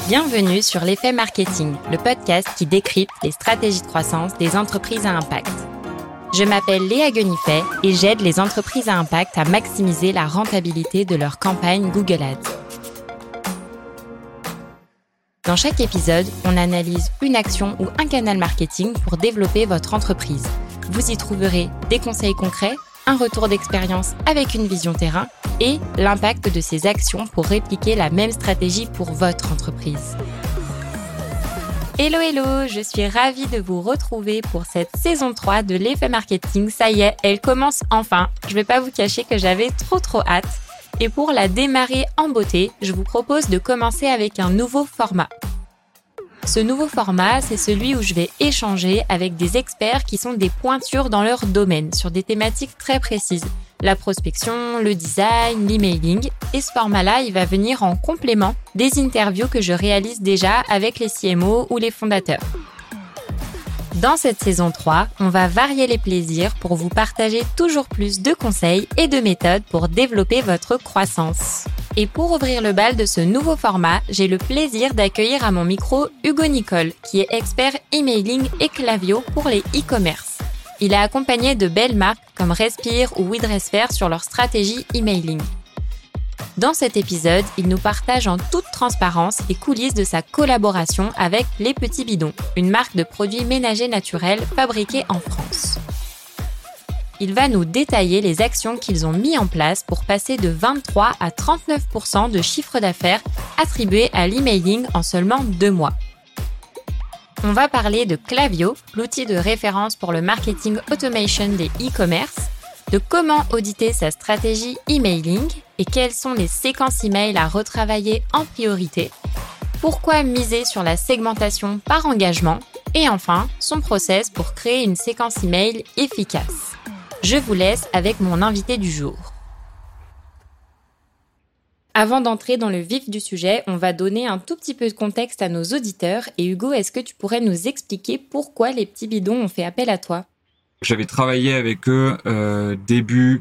Bienvenue sur l'Effet Marketing, le podcast qui décrypte les stratégies de croissance des entreprises à impact. Je m'appelle Léa Guenifet et j'aide les entreprises à impact à maximiser la rentabilité de leur campagne Google Ads. Dans chaque épisode, on analyse une action ou un canal marketing pour développer votre entreprise. Vous y trouverez des conseils concrets, un retour d'expérience avec une vision terrain et l'impact de ces actions pour répliquer la même stratégie pour votre entreprise. Hello, je suis ravie de vous retrouver pour cette saison 3 de l'Effet Marketing. Ça y est, elle commence enfin. Je vais pas vous cacher que j'avais trop hâte. Et pour la démarrer en beauté, je vous propose de commencer avec un nouveau format. Ce nouveau format, c'est celui où je vais échanger avec des experts qui sont des pointures dans leur domaine, sur des thématiques très précises. La prospection, le design, l'emailing. Et ce format-là, il va venir en complément des interviews que je réalise déjà avec les CMO ou les fondateurs. Dans cette saison 3, on va varier les plaisirs pour vous partager toujours plus de conseils et de méthodes pour développer votre croissance. Et pour ouvrir le bal de ce nouveau format, j'ai le plaisir d'accueillir à mon micro Hugo Nicole, qui est expert emailing et Klaviyo pour les e-commerce. Il est accompagné de belles marques comme Respire ou WeDressFair sur leur stratégie emailing. Dans cet épisode, il nous partage en toute transparence les coulisses de sa collaboration avec Les Petits Bidons, une marque de produits ménagers naturels fabriqués en France. Il va nous détailler les actions qu'ils ont mis en place pour passer de 23 à 39% de chiffre d'affaires attribué à l'emailing en seulement 2 mois. On va parler de Klaviyo, l'outil de référence pour le marketing automation des e-commerce, de comment auditer sa stratégie emailing et quelles sont les séquences email à retravailler en priorité, pourquoi miser sur la segmentation par engagement et enfin son process pour créer une séquence email efficace. Je vous laisse avec mon invité du jour. Avant d'entrer dans le vif du sujet, on va donner un tout petit peu de contexte à nos auditeurs. Et Hugo, est-ce que tu pourrais nous expliquer pourquoi les petits bidons ont fait appel à toi ? J'avais travaillé avec eux début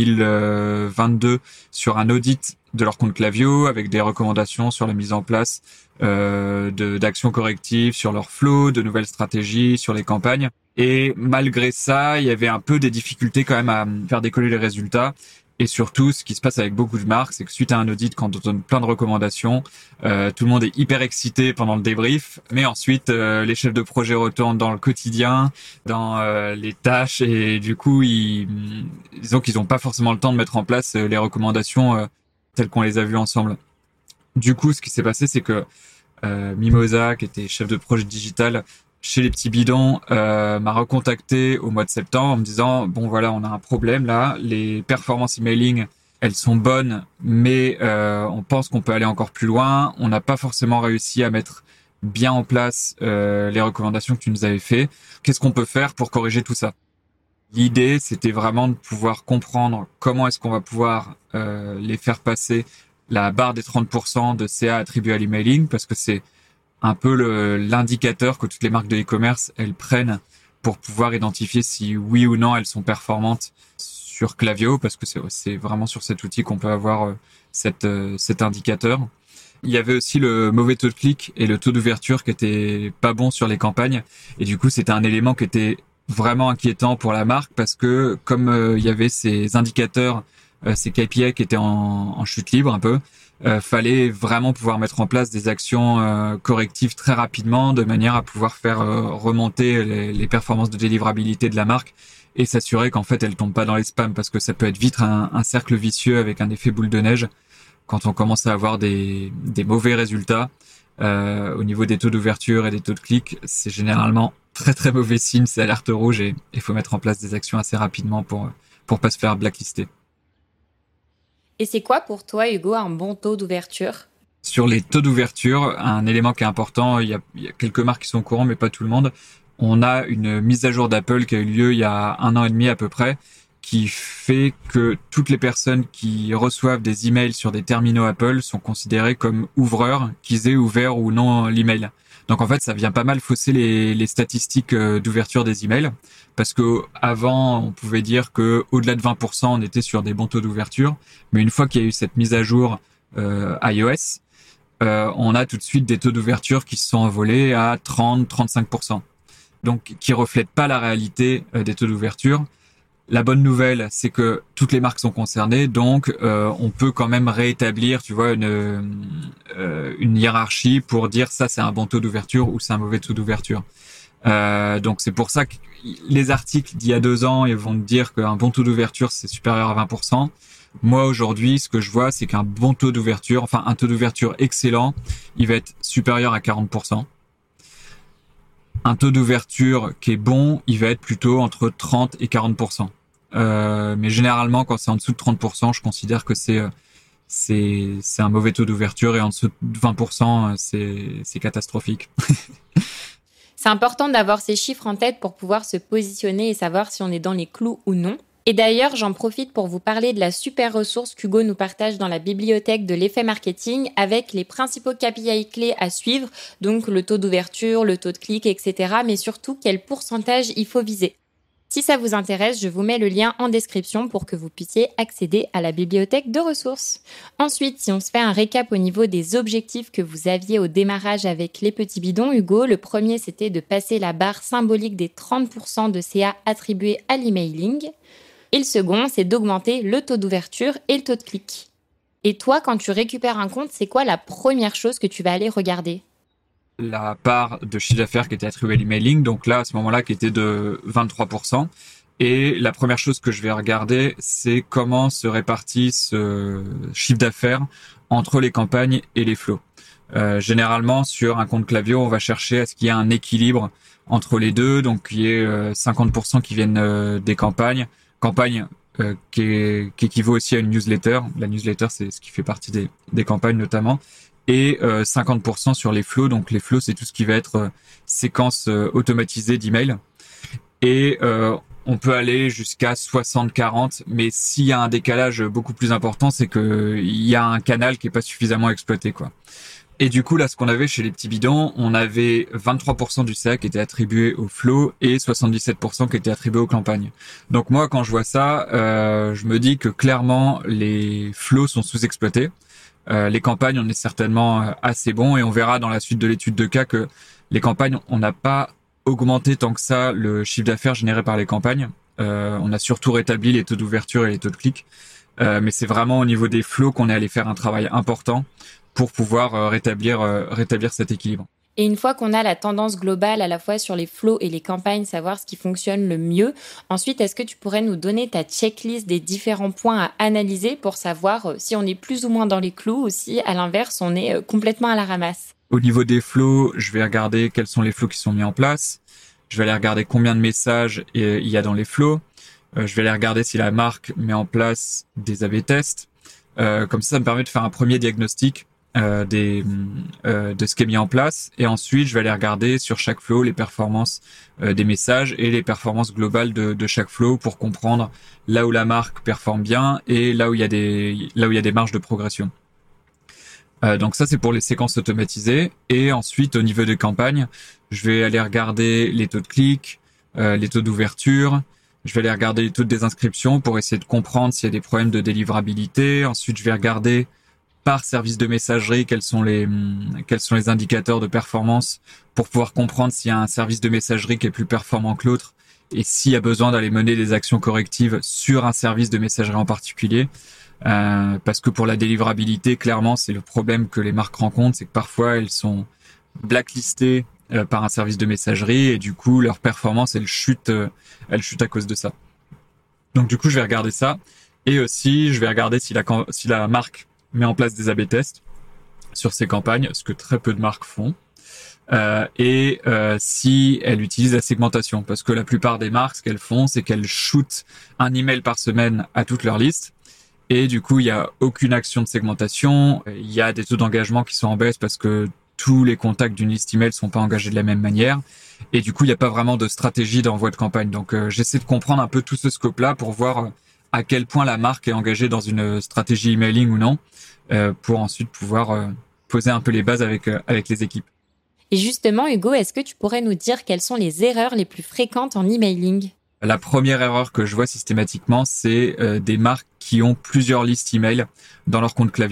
2022 sur un audit de leur compte Klaviyo avec des recommandations sur la mise en place d'actions correctives sur leur flow, de nouvelles stratégies, sur les campagnes. Et malgré ça, il y avait un peu des difficultés quand même à faire décoller les résultats. Et surtout, ce qui se passe avec beaucoup de marques, c'est que suite à un audit, quand on donne plein de recommandations, tout le monde est hyper excité pendant le débrief. Mais ensuite, les chefs de projet retournent dans le quotidien, dans les tâches. Et du coup, disons qu'ils n'ont pas forcément le temps de mettre en place les recommandations telles qu'on les a vues ensemble. Du coup, ce qui s'est passé, c'est que Mimosa, qui était chef de projet digital chez Les Petits Bidons, m'a recontacté au mois de septembre en me disant bon voilà, on a un problème là, les performances emailing elles sont bonnes, mais on pense qu'on peut aller encore plus loin, on n'a pas forcément réussi à mettre bien en place les recommandations que tu nous avais fait. Qu'est-ce qu'on peut faire pour corriger tout ça? L'idée, c'était vraiment de pouvoir comprendre comment est-ce qu'on va pouvoir les faire passer la barre des 30% de CA attribués à l'emailing, parce que c'est un peu l'indicateur que toutes les marques de e-commerce elles prennent pour pouvoir identifier si oui ou non elles sont performantes sur Klaviyo, parce que c'est vraiment sur cet outil qu'on peut avoir cet indicateur. Il y avait aussi le mauvais taux de clic et le taux d'ouverture qui était pas bon sur les campagnes, et du coup c'était un élément qui était vraiment inquiétant pour la marque, parce que comme il y avait ces indicateurs, ces KPI qui étaient en chute libre un peu, fallait vraiment pouvoir mettre en place des actions correctives très rapidement, de manière à pouvoir faire remonter les performances de délivrabilité de la marque et s'assurer qu'en fait elles tombent pas dans les spams, parce que ça peut être vite un cercle vicieux avec un effet boule de neige quand on commence à avoir des mauvais résultats au niveau des taux d'ouverture et des taux de clic. C'est généralement très mauvais signe, c'est alerte rouge, et il faut mettre en place des actions assez rapidement pour pas se faire blacklister. Et c'est quoi pour toi, Hugo, un bon taux d'ouverture ? Sur les taux d'ouverture, un élément qui est important, il y a quelques marques qui sont au courant, mais pas tout le monde. On a une mise à jour d'Apple qui a eu lieu il y a 1 an et demi à peu près, qui fait que toutes les personnes qui reçoivent des emails sur des terminaux Apple sont considérées comme ouvreurs, qu'ils aient ouvert ou non l'email. Donc en fait, ça vient pas mal fausser les statistiques d'ouverture des emails, parce que avant, on pouvait dire que au-delà de 20%, on était sur des bons taux d'ouverture, mais une fois qu'il y a eu cette mise à jour iOS, on a tout de suite des taux d'ouverture qui se sont envolés à 30-35%. Donc, qui reflètent pas la réalité des taux d'ouverture. La bonne nouvelle, c'est que toutes les marques sont concernées, donc on peut quand même rétablir, tu vois, une hiérarchie pour dire ça c'est un bon taux d'ouverture ou c'est un mauvais taux d'ouverture. Donc c'est pour ça que les articles d'il y a 2 ans, ils vont te dire qu'un bon taux d'ouverture c'est supérieur à 20%. Moi aujourd'hui, ce que je vois, c'est qu'un bon taux d'ouverture, enfin un taux d'ouverture excellent, il va être supérieur à 40%. Un taux d'ouverture qui est bon, il va être plutôt entre 30 et 40%. Mais généralement, quand c'est en dessous de 30%, je considère que c'est un mauvais taux d'ouverture, et en dessous de 20%, c'est catastrophique. C'est important d'avoir ces chiffres en tête pour pouvoir se positionner et savoir si on est dans les clous ou non. Et d'ailleurs, j'en profite pour vous parler de la super ressource qu'Hugo nous partage dans la bibliothèque de l'effet marketing avec les principaux KPI clés à suivre, donc le taux d'ouverture, le taux de clic, etc. Mais surtout, quel pourcentage il faut viser. Si ça vous intéresse, je vous mets le lien en description pour que vous puissiez accéder à la bibliothèque de ressources. Ensuite, si on se fait un récap au niveau des objectifs que vous aviez au démarrage avec les petits bidons, Hugo, le premier c'était de passer la barre symbolique des 30% de CA attribués à l'emailing. Et le second, c'est d'augmenter le taux d'ouverture et le taux de clic. Et toi, quand tu récupères un compte, c'est quoi la première chose que tu vas aller regarder ? La part de chiffre d'affaires qui était attribuée à l'emailing, donc là, à ce moment-là, qui était de 23%. Et la première chose que je vais regarder, c'est comment se répartit ce chiffre d'affaires entre les campagnes et les flows. Généralement, sur un compte Klaviyo, on va chercher à ce qu'il y ait un équilibre entre les deux, donc il y ait 50% qui viennent des campagne qui équivaut aussi à une newsletter. La newsletter, c'est ce qui fait partie des campagnes notamment. Et 50% sur les flows. Donc les flows, c'est tout ce qui va être séquence automatisée d'email. Et on peut aller jusqu'à 60-40, mais s'il y a un décalage beaucoup plus important, c'est que il y a un canal qui est pas suffisamment exploité, quoi. Et du coup, là, ce qu'on avait chez les petits bidons, on avait 23% du CA qui était attribué au flow et 77% qui était attribué aux campagnes. Donc moi, quand je vois ça, je me dis que clairement, les flows sont sous-exploités. Les campagnes, on est certainement assez bon, et on verra dans la suite de l'étude de cas que les campagnes, on n'a pas augmenté tant que ça le chiffre d'affaires généré par les campagnes. On a surtout rétabli les taux d'ouverture et les taux de clic. Mais c'est vraiment au niveau des flows qu'on est allé faire un travail important pour pouvoir rétablir cet équilibre. Et une fois qu'on a la tendance globale à la fois sur les flows et les campagnes, savoir ce qui fonctionne le mieux, ensuite, est-ce que tu pourrais nous donner ta checklist des différents points à analyser pour savoir si on est plus ou moins dans les clous ou si, à l'inverse, on est complètement à la ramasse ? Au niveau des flows, je vais regarder quels sont les flows qui sont mis en place. Je vais aller regarder combien de messages il y a dans les flows. Je vais aller regarder si la marque met en place des A/B tests. Comme ça me permet de faire un premier diagnostic de ce qui est mis en place, et ensuite je vais aller regarder sur chaque flow les performances des messages et les performances globales de chaque flow pour comprendre là où la marque performe bien et là où il y a des marges de progression. Donc ça, c'est pour les séquences automatisées. Et ensuite, au niveau des campagnes, je vais aller regarder les taux de clic, les taux d'ouverture. Je vais aller regarder les taux de désinscription pour essayer de comprendre s'il y a des problèmes de délivrabilité. Ensuite, je vais regarder par service de messagerie quels sont les indicateurs de performance pour pouvoir comprendre s'il y a un service de messagerie qui est plus performant que l'autre et s'il y a besoin d'aller mener des actions correctives sur un service de messagerie en particulier. Parce que pour la délivrabilité, clairement, c'est le problème que les marques rencontrent, c'est que parfois elles sont blacklistées par un service de messagerie et du coup leur performance elle chute à cause de ça. Donc du coup je vais regarder ça, et aussi je vais regarder si la marque met en place des A/B tests sur ses campagnes, ce que très peu de marques font, et si elle utilise la segmentation, parce que la plupart des marques, ce qu'elles font, c'est qu'elles shootent un email par semaine à toute leur liste. Et du coup, il y a aucune action de segmentation. Il y a des taux d'engagement qui sont en baisse parce que tous les contacts d'une liste email sont pas engagés de la même manière. Et du coup, il n'y a pas vraiment de stratégie d'envoi de campagne. Donc, j'essaie de comprendre un peu tout ce scope-là pour voir à quel point la marque est engagée dans une stratégie emailing ou non, pour ensuite pouvoir poser un peu les bases avec les équipes. Et justement, Hugo, est-ce que tu pourrais nous dire quelles sont les erreurs les plus fréquentes en emailing ? La première erreur que je vois systématiquement, c'est des marques qui ont plusieurs listes email dans leur compte Klaviyo.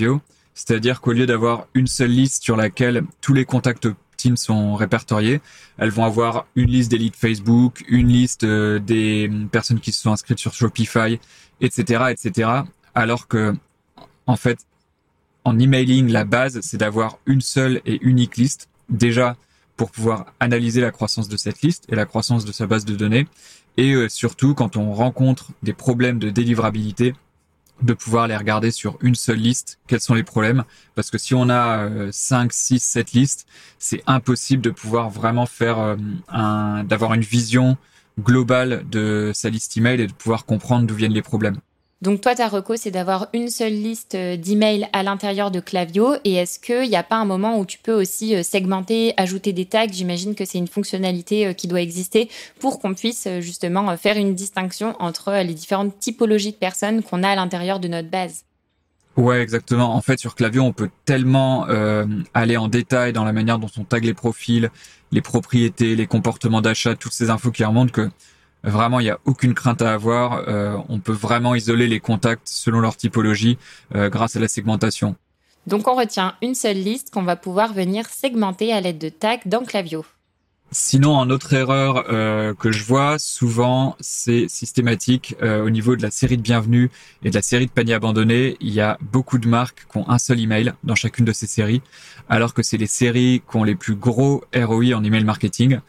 C'est-à-dire qu'au lieu d'avoir une seule liste sur laquelle tous les contacts Teams sont répertoriés, elles vont avoir une liste des leads Facebook, une liste des personnes qui se sont inscrites sur Shopify, etc., etc. Alors que, en fait, en emailing, la base, c'est d'avoir une seule et unique liste. Déjà, pour pouvoir analyser la croissance de cette liste et la croissance de sa base de données. Et surtout, quand on rencontre des problèmes de délivrabilité, de pouvoir les regarder sur une seule liste, quels sont les problèmes. Parce que si on a 5, 6, 7 listes, c'est impossible de pouvoir vraiment faire d'avoir une vision globale de sa liste email et de pouvoir comprendre d'où viennent les problèmes. Donc toi, ta reco, c'est d'avoir une seule liste d'emails à l'intérieur de Klaviyo. Et est-ce qu'il n'y a pas un moment où tu peux aussi segmenter, ajouter des tags? J'imagine que c'est une fonctionnalité qui doit exister pour qu'on puisse justement faire une distinction entre les différentes typologies de personnes qu'on a à l'intérieur de notre base. Ouais, exactement. En fait, sur Klaviyo, on peut tellement aller en détail dans la manière dont on tag les profils, les propriétés, les comportements d'achat, toutes ces infos qui remontent que vraiment, il n'y a aucune crainte à avoir. On peut vraiment isoler les contacts selon leur typologie grâce à la segmentation. Donc, on retient une seule liste qu'on va pouvoir venir segmenter à l'aide de tags dans Klaviyo. Sinon, en autre erreur que je vois souvent, c'est systématique au niveau de la série de bienvenus et de la série de paniers abandonnés. Il y a beaucoup de marques qui ont un seul email dans chacune de ces séries, alors que c'est les séries qui ont les plus gros ROI en email marketing.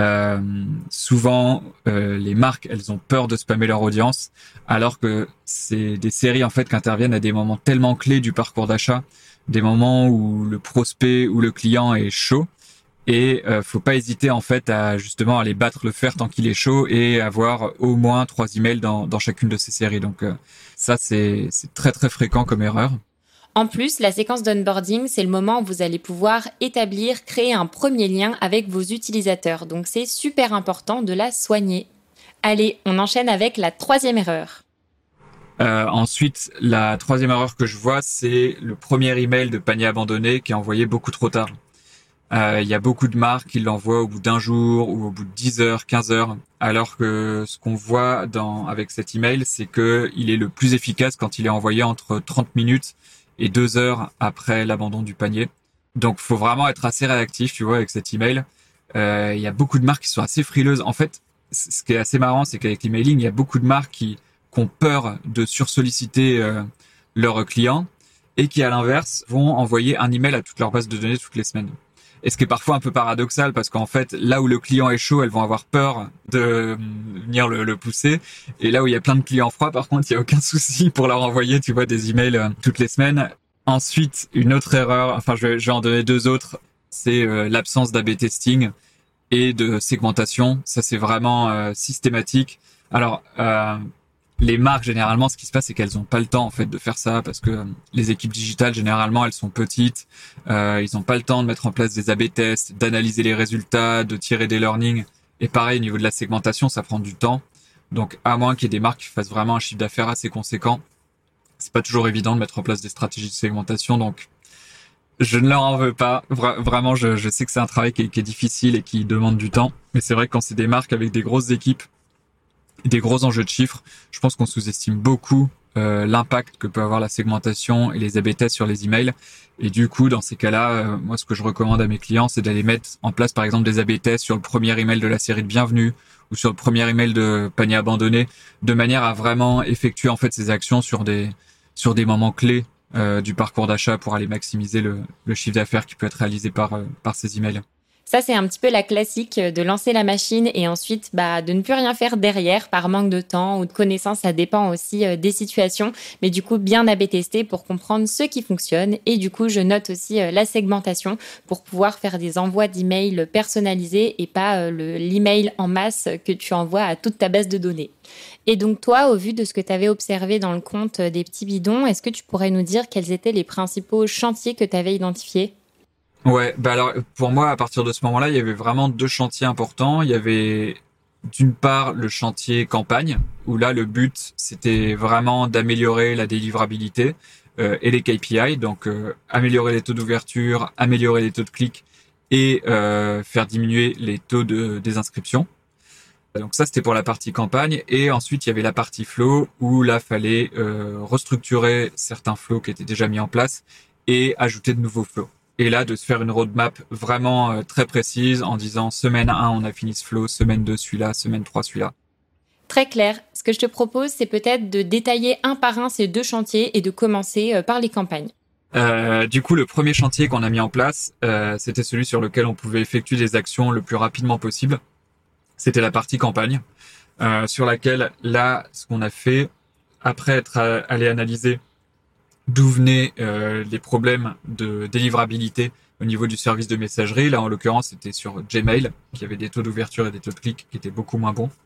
Souvent, les marques, elles ont peur de spammer leur audience, alors que c'est des séries en fait qui interviennent à des moments tellement clés du parcours d'achat, des moments où le prospect ou le client est chaud. Et faut pas hésiter en fait à justement aller battre le fer tant qu'il est chaud et avoir au moins 3 emails dans chacune de ces séries. Donc ça c'est très très fréquent comme erreur. En plus, la séquence d'onboarding, c'est le moment où vous allez pouvoir créer un premier lien avec vos utilisateurs. Donc c'est super important de la soigner. Allez, on enchaîne avec la 3e erreur. Ensuite, la 3e erreur que je vois, c'est le premier email de panier abandonné qui est envoyé beaucoup trop tard. Il y a beaucoup de marques qui l'envoient au bout d'un jour ou au bout de 10 heures, 15 heures, alors que ce qu'on voit avec cet email, c'est que il est le plus efficace quand il est envoyé entre 30 minutes et 2 heures après l'abandon du panier. Donc, faut vraiment être assez réactif, tu vois, avec cet email. Il y a beaucoup de marques qui sont assez frileuses. En fait, ce qui est assez marrant, c'est qu'avec l'emailing, il y a beaucoup de marques qui ont peur de sursolliciter leurs clients et qui, à l'inverse, vont envoyer un email à toute leur base de données toutes les semaines. Et ce qui est parfois un peu paradoxal parce qu'en fait, là où le client est chaud, elles vont avoir peur de venir le pousser. Et là où il y a plein de clients froids, par contre, il y a aucun souci pour leur envoyer, tu vois, des emails toutes les semaines. Ensuite, une autre erreur, enfin, je vais en donner 2 autres, c'est l'absence d'A/B testing et de segmentation. Ça, c'est vraiment systématique. Alors, les marques, généralement, ce qui se passe, c'est qu'elles ont pas le temps, en fait, de faire ça parce que les équipes digitales, généralement, elles sont petites. Ils ont pas le temps de mettre en place des A/B tests, d'analyser les résultats, de tirer des learnings. Et pareil, au niveau de la segmentation, ça prend du temps. Donc, à moins qu'il y ait des marques qui fassent vraiment un chiffre d'affaires assez conséquent, c'est pas toujours évident de mettre en place des stratégies de segmentation. Donc, je ne leur en veux pas. Vraiment, je sais que c'est un travail qui est difficile et qui demande du temps. Mais c'est vrai que quand c'est des marques avec des grosses équipes, des gros enjeux de chiffres, je pense qu'on sous-estime beaucoup l'impact que peut avoir la segmentation et les A/B tests sur les emails. Et du coup, dans ces cas-là, moi, ce que je recommande à mes clients, c'est d'aller mettre en place, par exemple, des A/B tests sur le premier email de la série de bienvenue ou sur le premier email de panier abandonné, de manière à vraiment effectuer en fait ces actions sur des moments clés du parcours d'achat pour aller maximiser le chiffre d'affaires qui peut être réalisé par ces emails. Ça, c'est un petit peu la classique de lancer la machine et ensuite de ne plus rien faire derrière par manque de temps ou de connaissances. Ça dépend aussi des situations. Mais du coup, bien A/B tester pour comprendre ce qui fonctionne. Et du coup, je note aussi la segmentation pour pouvoir faire des envois d'emails personnalisés et pas l'email en masse que tu envoies à toute ta base de données. Et donc toi, au vu de ce que tu avais observé dans le compte des petits bidons, est-ce que tu pourrais nous dire quels étaient les principaux chantiers que tu avais identifiés ? Ouais, alors pour moi, à partir de ce moment-là, il y avait vraiment 2 chantiers importants. Il y avait d'une part le chantier campagne, où là le but c'était vraiment d'améliorer la délivrabilité et les KPI, donc améliorer les taux d'ouverture, améliorer les taux de clics et faire diminuer les taux des inscriptions. Donc ça c'était pour la partie campagne, et ensuite il y avait la partie flow où là fallait restructurer certains flows qui étaient déjà mis en place et ajouter de nouveaux flows. Et là, de se faire une roadmap vraiment très précise en disant semaine 1, on a fini ce flow, semaine 2, celui-là, semaine 3, celui-là. Très clair. Ce que je te propose, c'est peut-être de détailler un par un ces 2 chantiers et de commencer par les campagnes. Du coup, le premier chantier qu'on a mis en place, c'était celui sur lequel on pouvait effectuer des actions le plus rapidement possible. C'était la partie campagne, sur laquelle, là, ce qu'on a fait, après être allé analyser d'où venaient les problèmes de délivrabilité au niveau du service de messagerie, là, en l'occurrence, c'était sur Gmail, qui avait des taux d'ouverture et des taux de clic qui étaient beaucoup moins bons.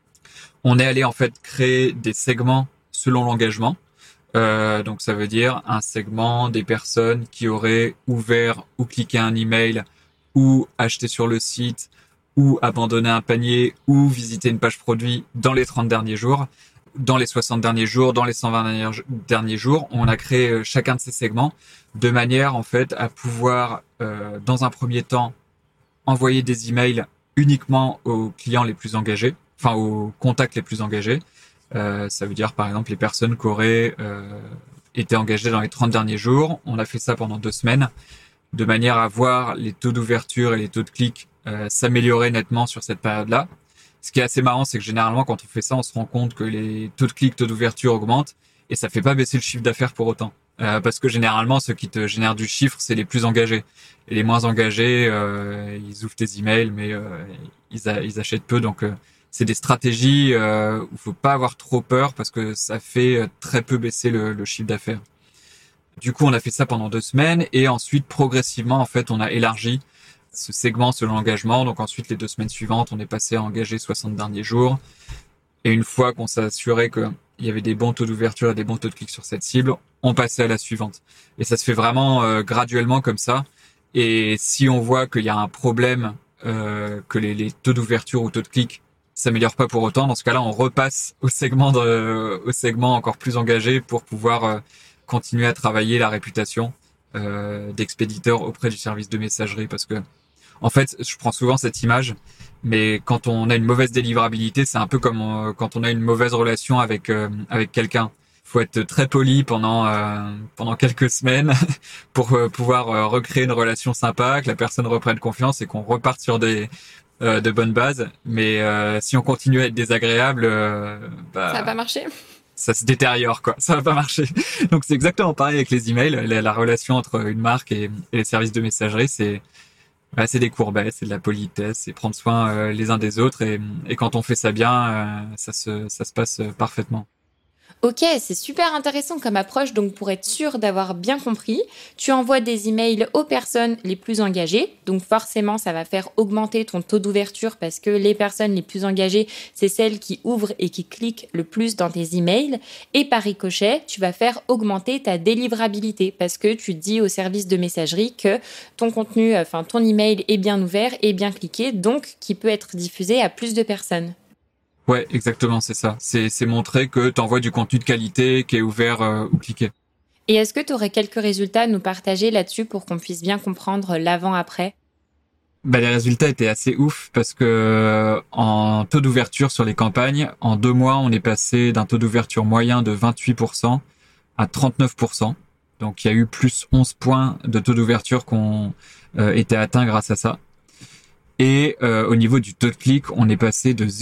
On est allé, en fait, créer des segments selon l'engagement. Donc ça veut dire un segment des personnes qui auraient ouvert ou cliqué un email ou acheté sur le site ou abandonné un panier ou visité une page produit dans les 30 derniers jours, dans les 60 derniers jours, dans les 120 derniers jours. On a créé chacun de ces segments de manière en fait à pouvoir dans un premier temps envoyer des emails uniquement aux clients les plus engagés, enfin aux contacts les plus engagés. Ça veut dire par exemple les personnes qui auraient été engagées dans les 30 derniers jours. On a fait ça pendant 2 semaines de manière à voir les taux d'ouverture et les taux de clic s'améliorer nettement sur cette période-là. Ce qui est assez marrant, c'est que généralement quand on fait ça, on se rend compte que les taux de clic, taux d'ouverture augmentent et ça fait pas baisser le chiffre d'affaires pour autant. Parce que généralement, ceux qui te génèrent du chiffre, c'est les plus engagés. Et les moins engagés, ils ouvrent tes emails, mais ils achètent peu. Donc c'est des stratégies où il faut pas avoir trop peur parce que ça fait très peu baisser le chiffre d'affaires. Du coup, on a fait ça pendant 2 semaines et ensuite, progressivement, en fait, on a élargi ce segment selon l'engagement. Donc ensuite, les 2 semaines suivantes, on est passé à engager 60 derniers jours. Et une fois qu'on s'est assuré qu'il y avait des bons taux d'ouverture et des bons taux de clic sur cette cible, on passait à la suivante. Et ça se fait vraiment graduellement comme ça. Et si on voit qu'il y a un problème, que les taux d'ouverture ou taux de clic s'améliore pas pour autant, dans ce cas-là, on repasse au segment encore plus engagé pour pouvoir continuer à travailler la réputation d'expéditeur auprès du service de messagerie. Parce que, en fait, je prends souvent cette image, mais quand on a une mauvaise délivrabilité, c'est un peu comme quand on a une mauvaise relation avec quelqu'un. Faut être très poli pendant quelques semaines pour pouvoir recréer une relation sympa, que la personne reprenne confiance et qu'on reparte sur de bonnes bases, mais si on continue à être désagréable, ça va pas marcher. Ça se détériore, quoi. Ça va pas marcher. Donc c'est exactement pareil avec les emails. La relation entre une marque et les services de messagerie, c'est des courbettes, c'est de la politesse, c'est prendre soin les uns des autres et quand on fait ça bien, ça se passe parfaitement. Ok, c'est super intéressant comme approche. Donc, pour être sûr d'avoir bien compris, tu envoies des emails aux personnes les plus engagées. Donc, forcément, ça va faire augmenter ton taux d'ouverture parce que les personnes les plus engagées, c'est celles qui ouvrent et qui cliquent le plus dans tes emails. Et par ricochet, tu vas faire augmenter ta délivrabilité parce que tu dis au service de messagerie que ton contenu, ton email est bien ouvert et bien cliqué, donc qui peut être diffusé à plus de personnes. Ouais, exactement, c'est ça. C'est montrer que tu envoies du contenu de qualité qui est ouvert ou cliqué. Et est-ce que tu aurais quelques résultats à nous partager là-dessus pour qu'on puisse bien comprendre l'avant-après ? Les résultats étaient assez ouf parce que en taux d'ouverture sur les campagnes, en 2 mois, on est passé d'un taux d'ouverture moyen de 28% à 39%. Donc il y a eu plus 11 points de taux d'ouverture qu'on était atteint grâce à ça. Et au niveau du taux de clic, on est passé de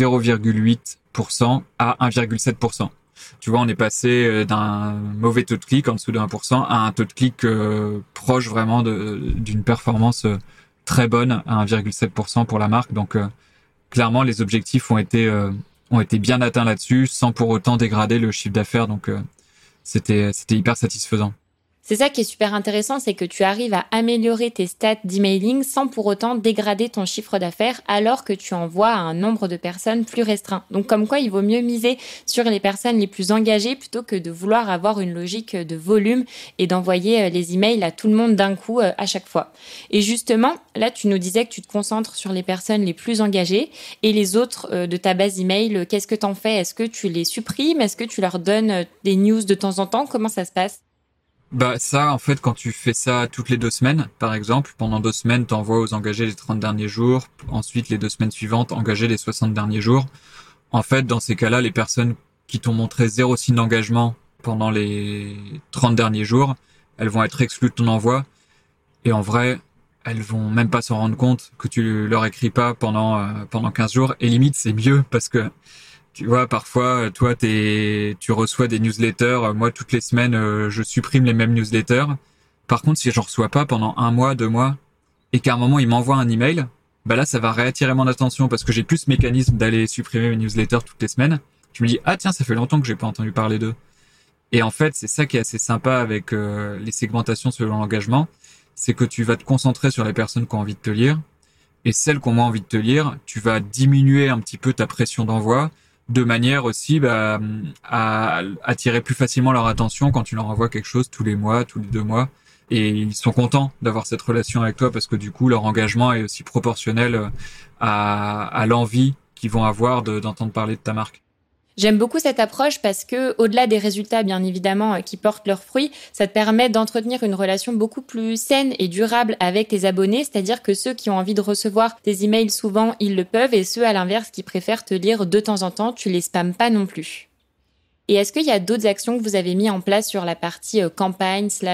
0,8% à 1,7%. Tu vois, on est passé d'un mauvais taux de clic, en dessous de 1%, à un taux de clic proche vraiment d'une performance très bonne, à 1,7% pour la marque. Donc clairement, les objectifs ont été bien atteints là-dessus, sans pour autant dégrader le chiffre d'affaires. Donc c'était hyper satisfaisant. C'est ça qui est super intéressant, c'est que tu arrives à améliorer tes stats d'emailing sans pour autant dégrader ton chiffre d'affaires alors que tu envoies à un nombre de personnes plus restreint. Donc comme quoi, il vaut mieux miser sur les personnes les plus engagées plutôt que de vouloir avoir une logique de volume et d'envoyer les emails à tout le monde d'un coup à chaque fois. Et justement, là, tu nous disais que tu te concentres sur les personnes les plus engagées et les autres de ta base email, qu'est-ce que t'en fais ? Est-ce que tu les supprimes ? Est-ce que tu leur donnes des news de temps en temps ? Comment ça se passe ? Ça, en fait, quand tu fais ça toutes les 2 semaines, par exemple, pendant 2 semaines, t'envoies aux engagés les 30 derniers jours, ensuite les 2 semaines suivantes, engager les 60 derniers jours. En fait, dans ces cas-là, les personnes qui t'ont montré 0 signe d'engagement pendant les 30 derniers jours, elles vont être exclues de ton envoi. Et en vrai, elles vont même pas s'en rendre compte que tu leur écris pas pendant 15 jours. Et limite, c'est mieux parce que tu vois, parfois, toi, tu reçois des newsletters. Moi, toutes les semaines, je supprime les mêmes newsletters. Par contre, si je reçois pas pendant 1 mois, 2 mois, et qu'à un moment, il m'envoie un email, bah là, ça va réattirer mon attention parce que j'ai plus ce mécanisme d'aller supprimer mes newsletters toutes les semaines. Je me dis, ah tiens, ça fait longtemps que j'ai pas entendu parler d'eux. Et en fait, c'est ça qui est assez sympa avec les segmentations selon l'engagement, c'est que tu vas te concentrer sur les personnes qui ont envie de te lire, et celles qui ont moins envie de te lire, tu vas diminuer un petit peu ta pression d'envoi, de manière aussi à attirer plus facilement leur attention quand tu leur envoies quelque chose tous les mois, tous les 2 mois. Et ils sont contents d'avoir cette relation avec toi parce que du coup, leur engagement est aussi proportionnel à l'envie qu'ils vont avoir d'entendre parler de ta marque. J'aime beaucoup cette approche parce que, au-delà des résultats, bien évidemment, qui portent leurs fruits, ça te permet d'entretenir une relation beaucoup plus saine et durable avec tes abonnés. C'est-à-dire que ceux qui ont envie de recevoir tes emails, souvent, ils le peuvent. Et ceux, à l'inverse, qui préfèrent te lire de temps en temps, tu les spammes pas non plus. Et est-ce qu'il y a d'autres actions que vous avez mis en place sur la partie campagne/newsletter ?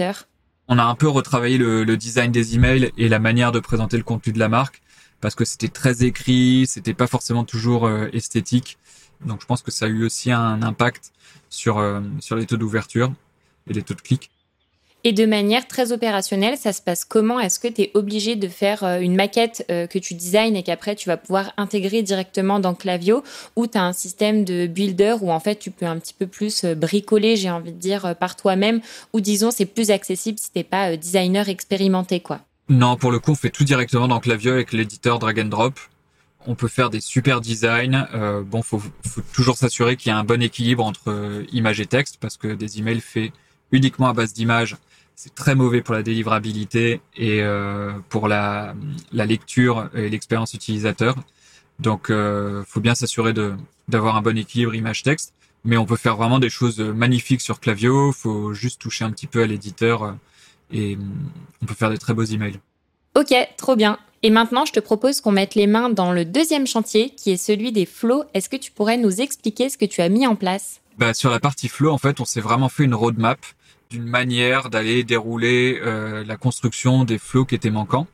On a un peu retravaillé le design des emails et la manière de présenter le contenu de la marque parce que c'était très écrit, c'était pas forcément toujours esthétique. Donc je pense que ça a eu aussi un impact sur les taux d'ouverture et les taux de clics. Et de manière très opérationnelle, ça se passe comment ? Est-ce que tu es obligé de faire une maquette que tu designes et qu'après tu vas pouvoir intégrer directement dans Klaviyo, ou tu as un système de builder où en fait tu peux un petit peu plus bricoler, j'ai envie de dire, par toi-même, ou disons c'est plus accessible si t'es pas designer expérimenté, quoi. Non, pour le coup, on fait tout directement dans Klaviyo avec l'éditeur drag and drop. On peut faire des super designs. Faut toujours s'assurer qu'il y a un bon équilibre entre image et texte parce que des emails faits uniquement à base d'images, c'est très mauvais pour la délivrabilité et pour la lecture et l'expérience utilisateur. Donc, faut bien s'assurer d'avoir un bon équilibre image-texte. Mais on peut faire vraiment des choses magnifiques sur Klaviyo. Faut juste toucher un petit peu à l'éditeur et on peut faire des très beaux emails. Ok, trop bien. Et maintenant, je te propose qu'on mette les mains dans le deuxième chantier, qui est celui des flows. Est-ce que tu pourrais nous expliquer ce que tu as mis en place ? Sur la partie flow, en fait, on s'est vraiment fait une roadmap d'une manière d'aller dérouler la construction des flows qui étaient manquants.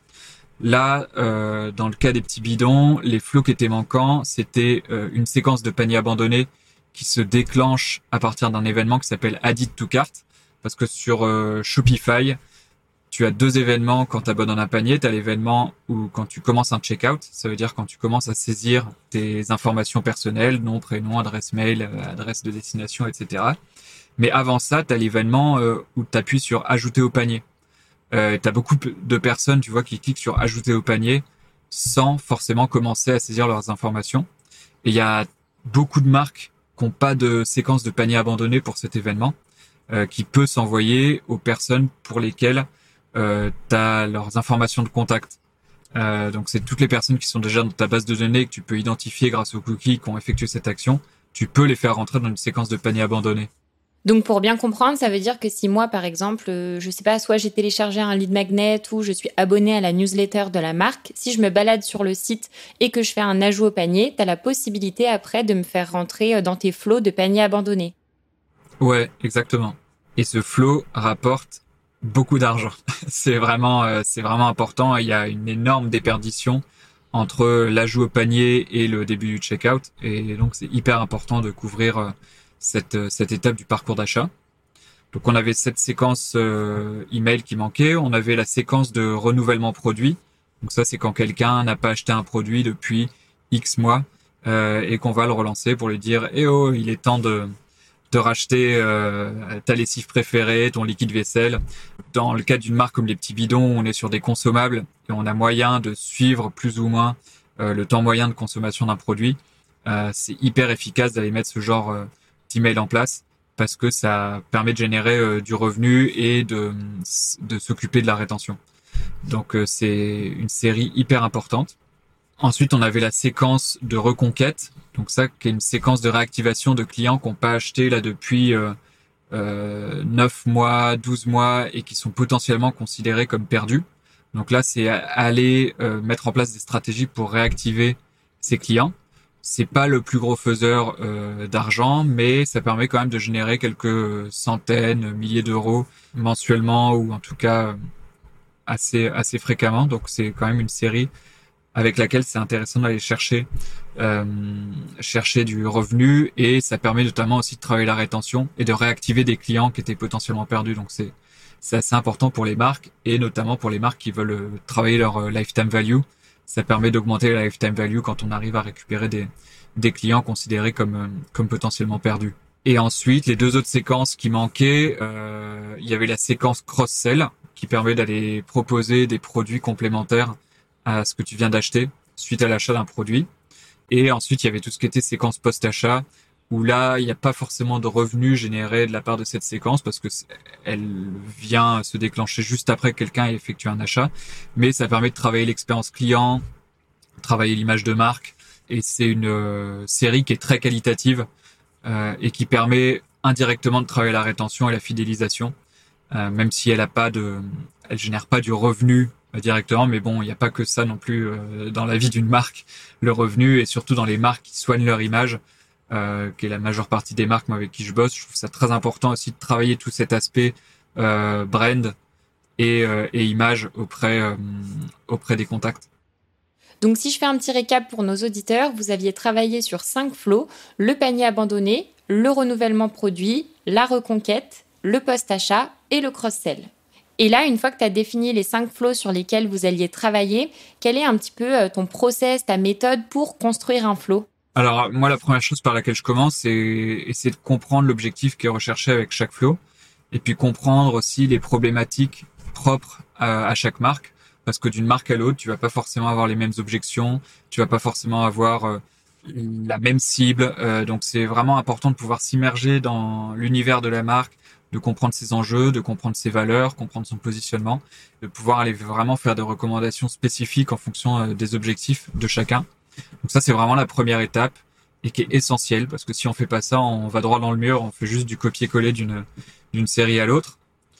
Là, dans le cas des petits bidons, les flows qui étaient manquants, c'était une séquence de paniers abandonnés qui se déclenche à partir d'un événement qui s'appelle Added to Cart. Parce que sur Shopify, tu as 2 événements quand tu abonnes un panier. Tu as l'événement où quand tu commences un checkout, ça veut dire quand tu commences à saisir tes informations personnelles, nom, prénom, adresse mail, adresse de destination, etc. Mais avant ça, tu as l'événement où tu appuies sur ajouter au panier. Tu as beaucoup de personnes, tu vois, qui cliquent sur ajouter au panier sans forcément commencer à saisir leurs informations. Et il y a beaucoup de marques qui n'ont pas de séquence de panier abandonné pour cet événement, qui peut s'envoyer aux personnes pour lesquelles tu as leurs informations de contact. Donc c'est toutes les personnes qui sont déjà dans ta base de données que tu peux identifier grâce aux cookies qui ont effectué cette action. Tu peux les faire rentrer dans une séquence de panier abandonné. Donc pour bien comprendre, ça veut dire que si moi, par exemple, je sais pas, soit j'ai téléchargé un lead magnet ou je suis abonné à la newsletter de la marque, si je me balade sur le site et que je fais un ajout au panier, tu as la possibilité après de me faire rentrer dans tes flows de paniers abandonnés. Ouais, exactement. Et ce flow rapporte beaucoup d'argent. C'est vraiment important. Il y a une énorme déperdition entre l'ajout au panier et le début du checkout. Et donc, c'est hyper important de couvrir cette étape du parcours d'achat. Donc, on avait cette séquence email qui manquait. On avait la séquence de renouvellement produit. Donc, ça, c'est quand quelqu'un n'a pas acheté un produit depuis X mois et qu'on va le relancer pour lui dire « Eh oh, il est temps de racheter ta lessive préférée, ton liquide vaisselle. » Dans le cas d'une marque comme les petits bidons, on est sur des consommables et on a moyen de suivre plus ou moins le temps moyen de consommation d'un produit. C'est hyper efficace d'aller mettre ce genre d'email en place parce que ça permet de générer du revenu et de s'occuper de la rétention. Donc c'est une série hyper importante. Ensuite, on avait la séquence de reconquête. Donc ça, qui est une séquence de réactivation de clients qui n'ont pas acheté là depuis 9 mois, 12 mois et qui sont potentiellement considérés comme perdus. Donc là, c'est aller mettre en place des stratégies pour réactiver ces clients. C'est pas le plus gros faiseur d'argent, mais ça permet quand même de générer quelques centaines, milliers d'euros mensuellement ou en tout cas assez fréquemment. Donc c'est quand même une série avec laquelle c'est intéressant d'aller euh, chercher du revenu, et ça permet notamment aussi de travailler la rétention et de réactiver des clients qui étaient potentiellement perdus. Donc c'est assez important pour les marques, et notamment pour les marques qui veulent travailler leur lifetime value. Ça permet d'augmenter la lifetime value quand on arrive à récupérer des clients considérés comme potentiellement perdus. Et ensuite, les deux autres séquences qui manquaient, il y avait la séquence cross-sell qui permet d'aller proposer des produits complémentaires à ce que tu viens d'acheter suite à l'achat d'un produit. Et ensuite, il y avait tout ce qui était séquence post-achat, où là, il n'y a pas forcément de revenus générés de la part de cette séquence parce que elle vient se déclencher juste après que quelqu'un ait effectué un achat. Mais ça permet de travailler l'expérience client, travailler l'image de marque. Et c'est une série qui est très qualitative et qui permet indirectement de travailler la rétention et la fidélisation, même si elle génère pas du revenu directement, mais bon, il n'y a pas que ça non plus dans la vie d'une marque, le revenu, et surtout dans les marques qui soignent leur image, qui est la majeure partie des marques moi, avec qui je bosse. Je trouve ça très important aussi de travailler tout cet aspect brand et image auprès des contacts. Donc si je fais un petit récap pour nos auditeurs, vous aviez travaillé sur 5 flots: le panier abandonné, le renouvellement produit, la reconquête, le post-achat et le cross-sell. Et là, une fois que tu as défini les 5 flows sur lesquels vous alliez travailler, quel est un petit peu ton process, ta méthode pour construire un flow? Alors moi, la première chose par laquelle je commence, c'est essayer de comprendre l'objectif qui est recherché avec chaque flow, et puis comprendre aussi les problématiques propres à chaque marque, parce que d'une marque à l'autre, tu vas pas forcément avoir les mêmes objections, tu vas pas forcément avoir la même cible, donc c'est vraiment important de pouvoir s'immerger dans l'univers de la marque, de comprendre ses enjeux, de comprendre ses valeurs, comprendre son positionnement, de pouvoir aller vraiment faire des recommandations spécifiques en fonction des objectifs de chacun. Donc ça, c'est vraiment la première étape et qui est essentielle, parce que si on fait pas ça, on va droit dans le mur, on fait juste du copier-coller d'une série à l'autre.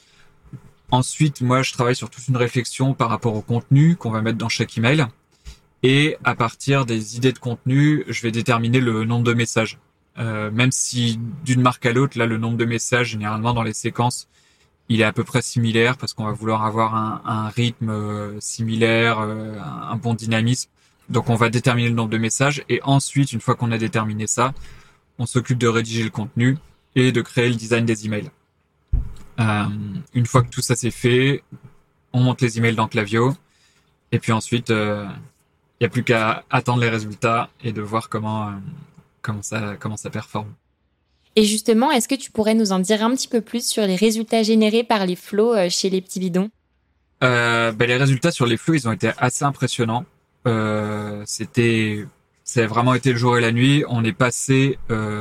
Ensuite, moi, je travaille sur toute une réflexion par rapport au contenu qu'on va mettre dans chaque email. Et à partir des idées de contenu, je vais déterminer le nombre de messages. Même si d'une marque à l'autre, là, le nombre de messages, généralement dans les séquences, il est à peu près similaire, parce qu'on va vouloir avoir un rythme similaire, un bon dynamisme. Donc on va déterminer le nombre de messages, et ensuite, une fois qu'on a déterminé ça, on s'occupe de rédiger le contenu et de créer le design des emails. Une fois que tout ça c'est fait, on monte les emails dans Klaviyo, et puis ensuite, il n'y a plus qu'à attendre les résultats et de voir comment ça performe. Et justement, est-ce que tu pourrais nous en dire un petit peu plus sur les résultats générés par les flows chez les petits bidons? Les résultats sur les flows, ils ont été assez impressionnants. Ça a vraiment été le jour et la nuit. On est passé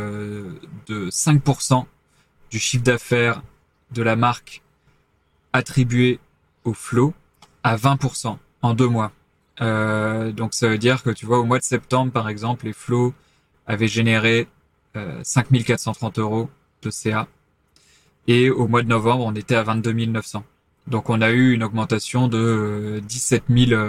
de 5% du chiffre d'affaires de la marque attribué au flow à 20% en 2 mois. Donc ça veut dire que tu vois, au mois de septembre par exemple, les flows avaient généré 5 430 € de CA, et au mois de novembre on était à 22 900. Donc on a eu une augmentation de 17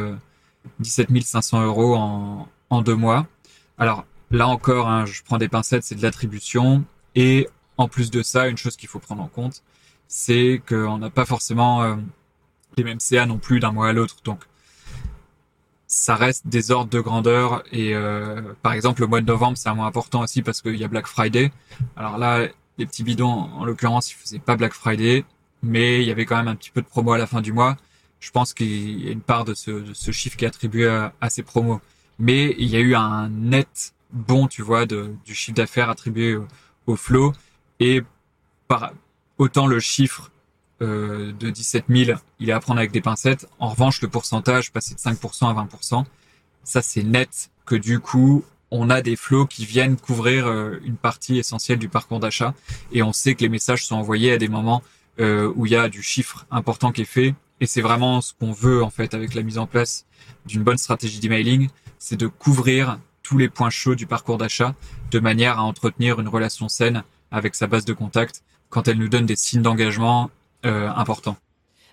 500 € en 2 mois. Alors là encore, hein, je prends des pincettes, c'est de l'attribution, et en plus de ça, une chose qu'il faut prendre en compte, c'est qu'on n'a pas forcément les mêmes CA non plus d'un mois à l'autre. Donc ça reste des ordres de grandeur, et par exemple le mois de novembre c'est un mois important aussi parce qu'il y a Black Friday. Alors là, les petits bidons en l'occurrence ils faisaient pas Black Friday, mais il y avait quand même un petit peu de promo à la fin du mois. Je pense qu'il y a une part de ce chiffre qui est attribué à ces promos, mais il y a eu un net bon, tu vois, du chiffre d'affaires attribué au flow, et par autant le chiffre de 17 000, il est à prendre avec des pincettes. En revanche, le pourcentage passé de 5% à 20%, ça c'est net que du coup, on a des flows qui viennent couvrir une partie essentielle du parcours d'achat, et on sait que les messages sont envoyés à des moments où il y a du chiffre important qui est fait, et c'est vraiment ce qu'on veut en fait avec la mise en place d'une bonne stratégie d'emailing, c'est de couvrir tous les points chauds du parcours d'achat de manière à entretenir une relation saine avec sa base de contact quand elle nous donne des signes d'engagement importants.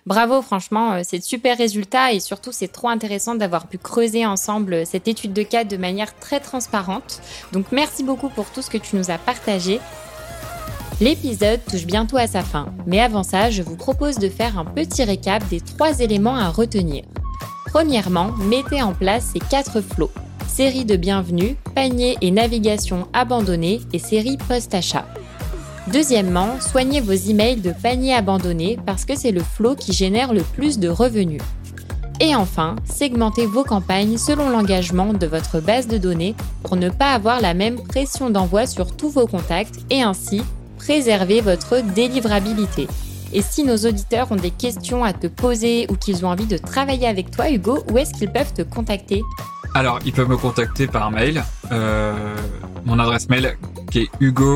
Bravo, franchement, c'est de super résultats et surtout c'est trop intéressant d'avoir pu creuser ensemble cette étude de cas de manière très transparente. Donc merci beaucoup pour tout ce que tu nous as partagé. L'épisode touche bientôt à sa fin, mais avant ça, je vous propose de faire un petit récap des 3 éléments à retenir. Premièrement, mettez en place ces 4 flots. Série de bienvenue, panier et navigation abandonnés et série post-achat. Deuxièmement, soignez vos emails de panier abandonné parce que c'est le flow qui génère le plus de revenus. Et enfin, segmentez vos campagnes selon l'engagement de votre base de données pour ne pas avoir la même pression d'envoi sur tous vos contacts et ainsi préserver votre délivrabilité. Et si nos auditeurs ont des questions à te poser ou qu'ils ont envie de travailler avec toi, Hugo, où est-ce qu'ils peuvent te contacter ? Alors, ils peuvent me contacter par mail. Mon adresse mail qui est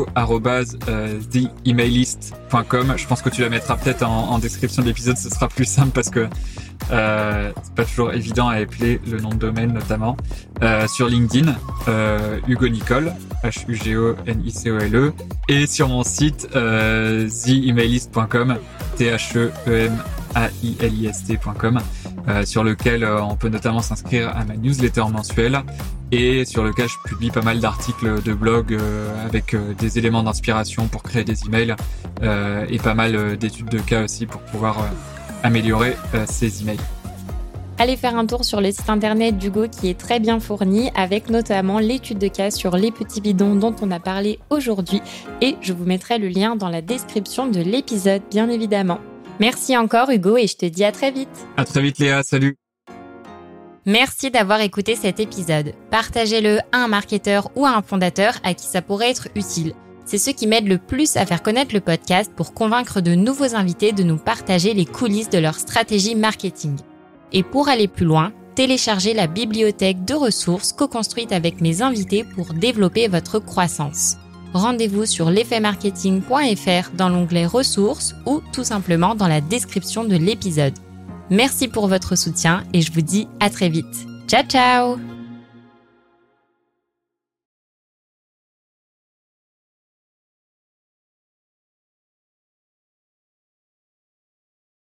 hugo@theemailist.com. Je pense que tu la mettras peut-être en description de l'épisode, ce sera plus simple parce que c'est pas toujours évident à appeler le nom de domaine notamment. Sur LinkedIn, Hugo Nicole, HUGONICOLE, et sur mon site theemailist.com, THEMAILIST.com, sur lequel on peut notamment s'inscrire à ma newsletter mensuelle et sur lequel je publie pas mal d'articles de blog avec des éléments d'inspiration pour créer des emails et pas mal d'études de cas aussi pour pouvoir améliorer ces emails. Allez faire un tour sur le site internet d'Hugo qui est très bien fourni avec notamment l'étude de cas sur les petits bidons dont on a parlé aujourd'hui et je vous mettrai le lien dans la description de l'épisode bien évidemment. Merci encore Hugo et je te dis à très vite. À très vite Léa, salut. Merci d'avoir écouté cet épisode. Partagez-le à un marketeur ou à un fondateur à qui ça pourrait être utile. C'est ce qui m'aide le plus à faire connaître le podcast pour convaincre de nouveaux invités de nous partager les coulisses de leur stratégie marketing. Et pour aller plus loin, téléchargez la bibliothèque de ressources co-construite avec mes invités pour développer votre croissance. Rendez-vous sur l'effetmarketing.fr dans l'onglet ressources ou tout simplement dans la description de l'épisode. Merci pour votre soutien et je vous dis à très vite. Ciao ciao!